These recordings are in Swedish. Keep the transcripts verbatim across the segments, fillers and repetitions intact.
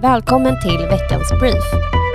Välkommen till veckans brief.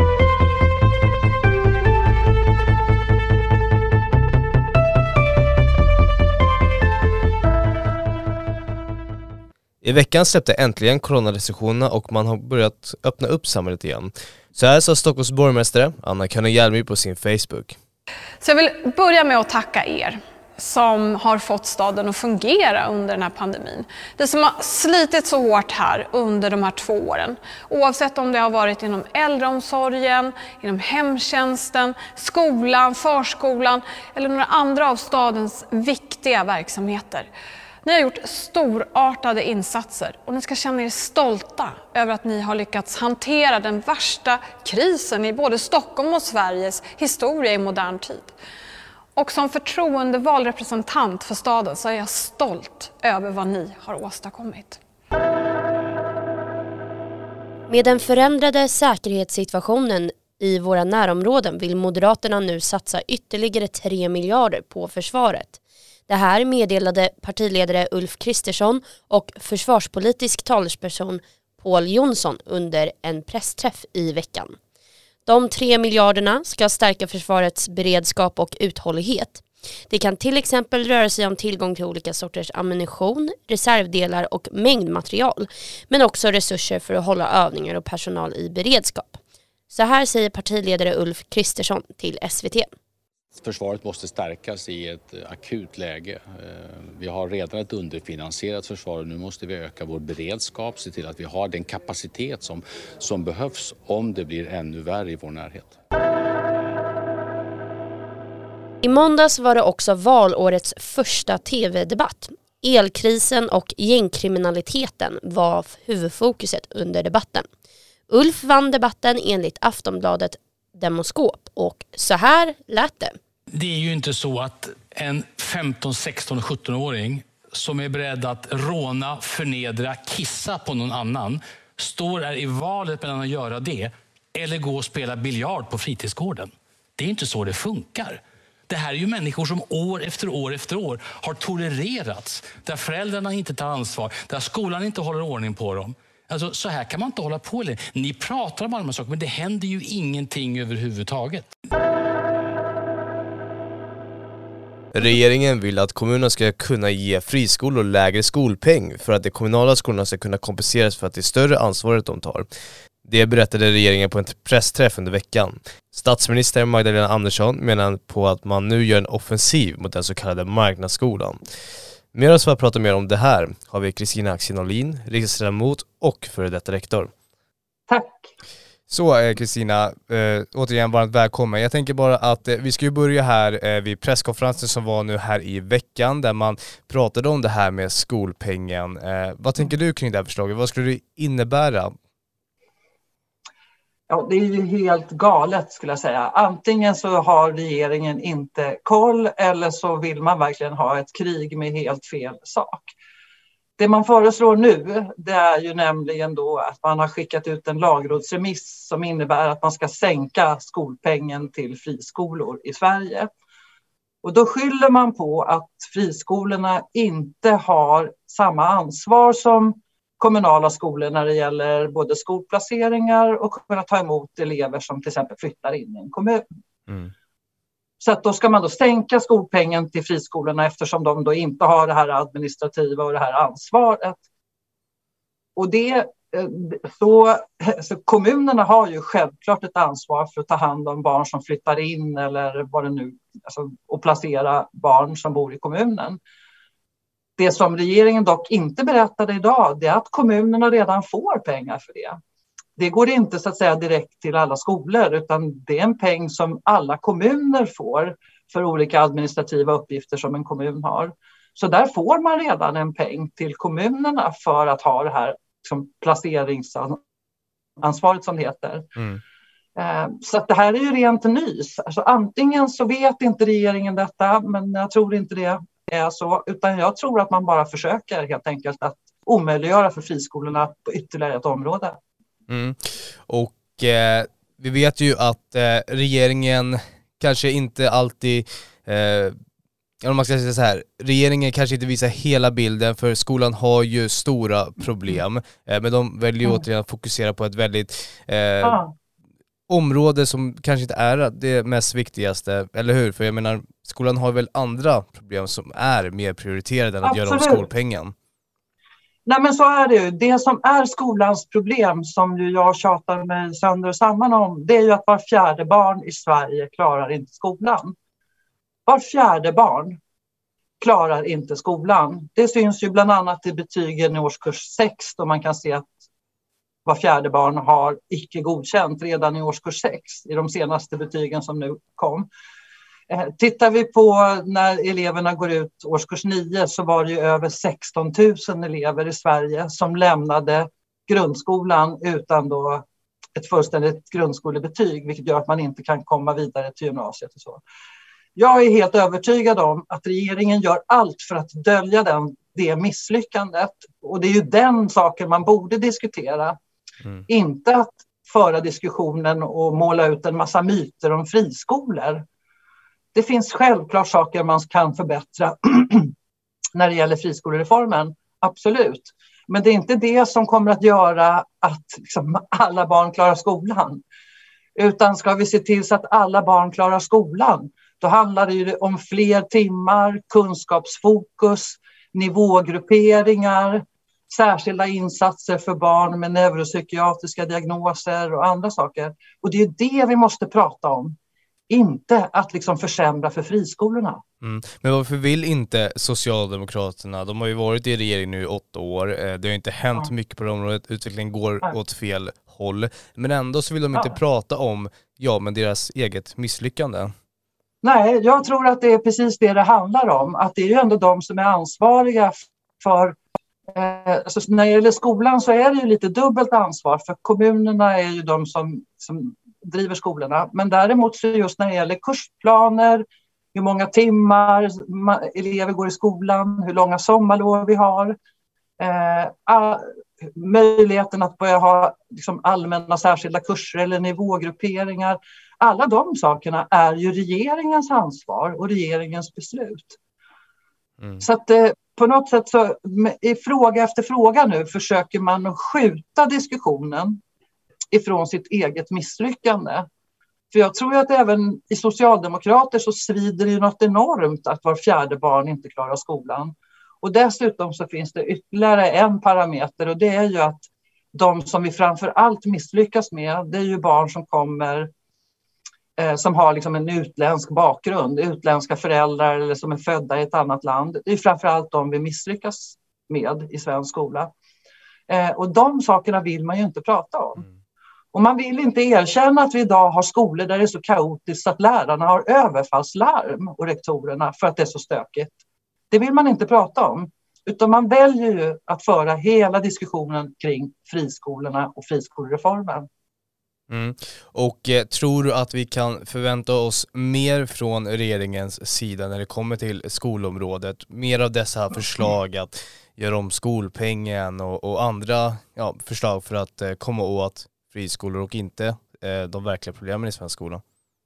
I veckan släppte äntligen coronarestriktionerna och man har börjat öppna upp samhället igen. Så här sa Stockholms borgmästare Anna Könne på sin Facebook. Så jag vill börja med att tacka er som har fått staden att fungera under den här pandemin. Det som har slitit så hårt här under de här två åren. Oavsett om det har varit inom äldreomsorgen, inom hemtjänsten, skolan, förskolan eller några andra av stadens viktiga verksamheter. Ni har gjort storartade insatser och ni ska känna er stolta över att ni har lyckats hantera den värsta krisen i både Stockholm och Sveriges historia i modern tid. Och som förtroendevald representant för staden så är jag stolt över vad ni har åstadkommit. Med den förändrade säkerhetssituationen i våra närområden vill Moderaterna nu satsa ytterligare tre miljarder på försvaret. Det här meddelade partiledare Ulf Kristersson och försvarspolitisk talesperson Pål Jonsson under en pressträff i veckan. De tre miljarderna ska stärka försvarets beredskap och uthållighet. Det kan till exempel röra sig om tillgång till olika sorters ammunition, reservdelar och mängdmaterial, men också resurser för att hålla övningar och personal i beredskap. Så här säger partiledare Ulf Kristersson till S V T. Försvaret måste stärkas i ett akut läge. Vi har redan ett underfinansierat försvar och nu måste vi öka vår beredskap, se till att vi har den kapacitet som, som behövs om det blir ännu värre i vår närhet. I måndags var det också valårets första tv-debatt. Elkrisen och gängkriminaliteten var huvudfokuset under debatten. Ulf vann debatten enligt Aftonbladet Demoskop och så här lät det. Det är ju inte så att en femton, sexton och sjutton-åring som är beredd att råna, förnedra, kissa på någon annan står där i valet mellan att göra det eller gå och spela biljard på fritidsgården. Det är inte så det funkar. Det här är ju människor som år efter år efter år har tolererats, där föräldrarna inte tar ansvar, där skolan inte håller ordning på dem. Alltså, så här kan man inte hålla på. Ni pratar om alla de här sakerna, men det händer ju ingenting överhuvudtaget. Regeringen vill att kommunerna ska kunna ge friskolor lägre skolpeng för att de kommunala skolorna ska kunna kompenseras för att det är större ansvaret de tar. Det berättade regeringen på en pressträff under veckan. Statsminister Magdalena Andersson menar på att man nu gör en offensiv mot den så kallade marknadsskolan. Med oss för att prata mer om det här har vi Kristina Axén Olin, riksdagsledamot och före detta rektor. Tack. Så Kristina, eh, återigen varmt välkommen. Jag tänker bara att eh, vi ska ju börja här eh, vid presskonferensen som var nu här i veckan där man pratade om det här med skolpengen. Eh, vad tänker du kring det här förslaget? Vad skulle det innebära? Ja, det är ju helt galet skulle jag säga. Antingen så har regeringen inte koll eller så vill man verkligen ha ett krig med helt fel sak. Det man föreslår nu, det är ju nämligen då att man har skickat ut en lagrådsremiss som innebär att man ska sänka skolpengen till friskolor i Sverige. Och då skyller man på att friskolorna inte har samma ansvar som kommunala skolor när det gäller både skolplaceringar och kunna ta emot elever som till exempel flyttar in i en kommun. Mm. Så att då ska man då sänka skolpengen till friskolorna eftersom de då inte har det här administrativa och det här ansvaret. Och det, så, så kommunerna har ju självklart ett ansvar för att ta hand om barn som flyttar in eller vad det nu, alltså, och placera barn som bor i kommunen. Det som regeringen dock inte berättade idag, det är att kommunerna redan får pengar för det. Det går inte så att säga direkt till alla skolor utan det är en peng som alla kommuner får för olika administrativa uppgifter som en kommun har. Så där får man redan en peng till kommunerna för att ha det här liksom, placeringsansvaret som det heter. Mm. Så att det här är ju rent nys. Alltså, antingen så vet inte regeringen detta, men jag tror inte det är så, utan jag tror att man bara försöker helt enkelt att omöjliggöra för friskolorna på ytterligare ett område. Mm. Och eh, vi vet ju att eh, regeringen kanske inte alltid eh, Ja, man ska säga så här, regeringen kanske inte visar hela bilden för skolan har ju stora problem, eh, men de väljer ju Mm. återigen att fokusera på ett väldigt eh, Ja. område som kanske inte är det mest viktigaste, eller hur? För jag menar, skolan har väl andra problem som är mer prioriterade än att göra om Absolut. skolpengen. Nej, men så är det ju. Det som är skolans problem, som ju jag tjatar mig sönder och samman om, det är ju att var fjärde barn i Sverige klarar inte skolan. Var fjärde barn klarar inte skolan. Det syns ju bland annat i betygen i årskurs sex, då man kan se att var fjärde barn har icke godkänt redan i årskurs sex i de senaste betygen som nu kom. Eh, tittar vi på när eleverna går ut årskurs nio, så var det ju över sexton tusen elever i Sverige som lämnade grundskolan utan då ett fullständigt grundskolebetyg, vilket gör att man inte kan komma vidare till gymnasiet och så. Jag är helt övertygad om att regeringen gör allt för att dölja den, det misslyckandet. Och det är ju den saken man borde diskutera. Mm. Inte att föra diskussionen och måla ut en massa myter om friskolor. Det finns självklart saker man kan förbättra när det gäller friskolereformen. Absolut. Men det är inte det som kommer att göra att liksom alla barn klarar skolan. Utan ska vi se till så att alla barn klarar skolan, då handlar det ju om fler timmar, kunskapsfokus, nivågrupperingar, särskilda insatser för barn med neuropsykiatriska diagnoser och andra saker. Och det är det vi måste prata om. Inte att liksom försämra för friskolorna. Mm. Men varför vill inte Socialdemokraterna, de har ju varit i regering nu i åtta år, det har inte hänt ja. mycket på det området, utvecklingen går ja. åt fel håll, men ändå så vill de inte ja. prata om ja, men deras eget misslyckande. Nej, jag tror att det är precis det det handlar om, att det är ju ändå de som är ansvariga för, eh, alltså när det gäller skolan så är det ju lite dubbelt ansvar, för kommunerna är ju de som, som driver skolorna, men däremot så just när det gäller kursplaner, hur många timmar elever går i skolan, hur långa sommarlov vi har, eh, all, möjligheten att börja ha liksom allmänna särskilda kurser eller nivågrupperingar, alla de sakerna är ju regeringens ansvar och regeringens beslut. Mm. Så att eh, på något sätt så i fråga efter fråga nu försöker man skjuta diskussionen ifrån sitt eget misslyckande. För jag tror att även i socialdemokrater så svider det ju något enormt att var fjärde barn inte klarar skolan. Och dessutom så finns det ytterligare en parameter, och det är ju att de som vi framför allt misslyckas med, det är ju barn som kommer eh, som har liksom en utländsk bakgrund, utländska föräldrar eller som är födda i ett annat land. Det är framför allt de vi misslyckas med i svensk skola. Eh, och de sakerna vill man ju inte prata om. Mm. Och man vill inte erkänna att vi idag har skolor där det är så kaotiskt att lärarna har överfallslarm och rektorerna för att det är så stökigt. Det vill man inte prata om, utan man väljer ju att föra hela diskussionen kring friskolorna och friskolereformen. Mm. Och eh, tror du att vi kan förvänta oss mer från regeringens sida när det kommer till skolområdet? Mer av dessa förslag att göra om skolpengen och, och andra ja, förslag för att eh, komma åt friskolor och inte eh, de verkliga problemen i svensk skola?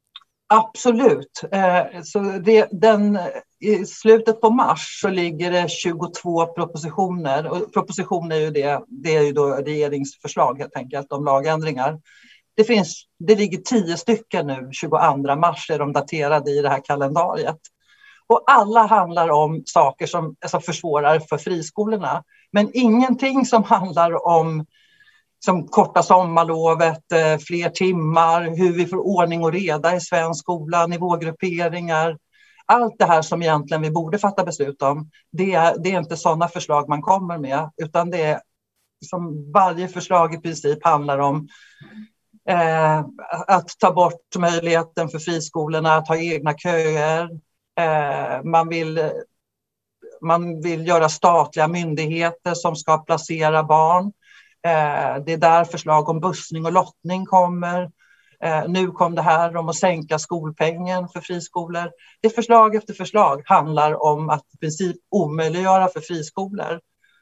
Absolut. Eh, så det, den, i slutet på mars så ligger det tjugotvå propositioner. Och proposition är ju det, det är ju då regeringsförslag helt enkelt om lagändringar. Det, finns, det ligger tio stycken nu, tjugoandra mars är de daterade i det här kalendariet. Och alla handlar om saker som alltså, försvårar för friskolorna. Men ingenting som handlar om som korta sommarlovet, fler timmar, hur vi får ordning och reda i svensk skola, nivågrupperingar. Allt det här som egentligen vi borde fatta beslut om, det är, det är inte sådana förslag man kommer med, utan det är som varje förslag i princip handlar om eh, att ta bort möjligheten för friskolorna att ha egna köer. Eh, man vill, man vill göra statliga myndigheter som ska placera barn. Det är där förslag om bussning och lottning kommer. Nu kom det här om att sänka skolpengen för friskolor. Det förslag efter förslag handlar om att i princip omöjliggöra för friskolor.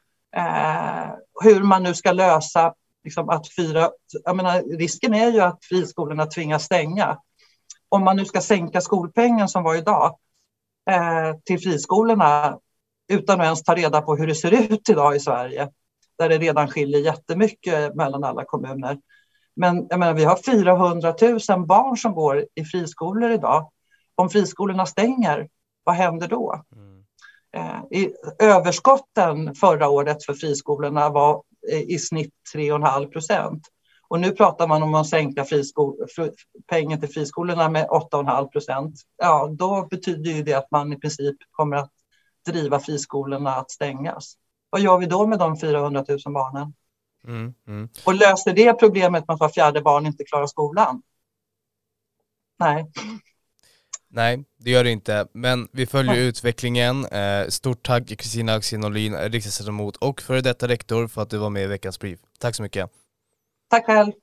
Hur man nu ska lösa liksom att fyra... Jag menar, risken är ju att friskolorna tvingas stänga. Om man nu ska sänka skolpengen som var idag, eh, till friskolorna utan att ens ta reda på hur det ser ut idag i Sverige. Där det redan skiljer jättemycket mellan alla kommuner. Men jag menar, vi har fyrahundratusen barn som går i friskolor idag. Om friskolorna stänger, vad händer då? Mm. Eh, i, överskotten förra året för friskolorna var eh, i snitt tre komma fem procent. Och nu pratar man om att sänka friskol- fr- pengar till friskolorna med åtta komma fem procent. Ja, då betyder ju det att man i princip kommer att driva friskolorna att stängas. Vad gör vi då med de fyrahundratusen barnen? Mm, mm. Och löser det problemet med att var fjärde barn inte klarar skolan? Nej. Nej, det gör det inte. Men vi följer Nej. utvecklingen. Eh, stort tack Kristina Axén Olin, riksdagsledamot och före detta rektor, för att du var med i veckans brief. Tack så mycket. Tack själv.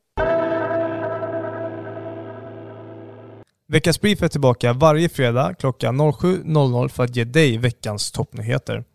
Veckans brief är tillbaka varje fredag klockan sju för att ge dig veckans toppnyheter.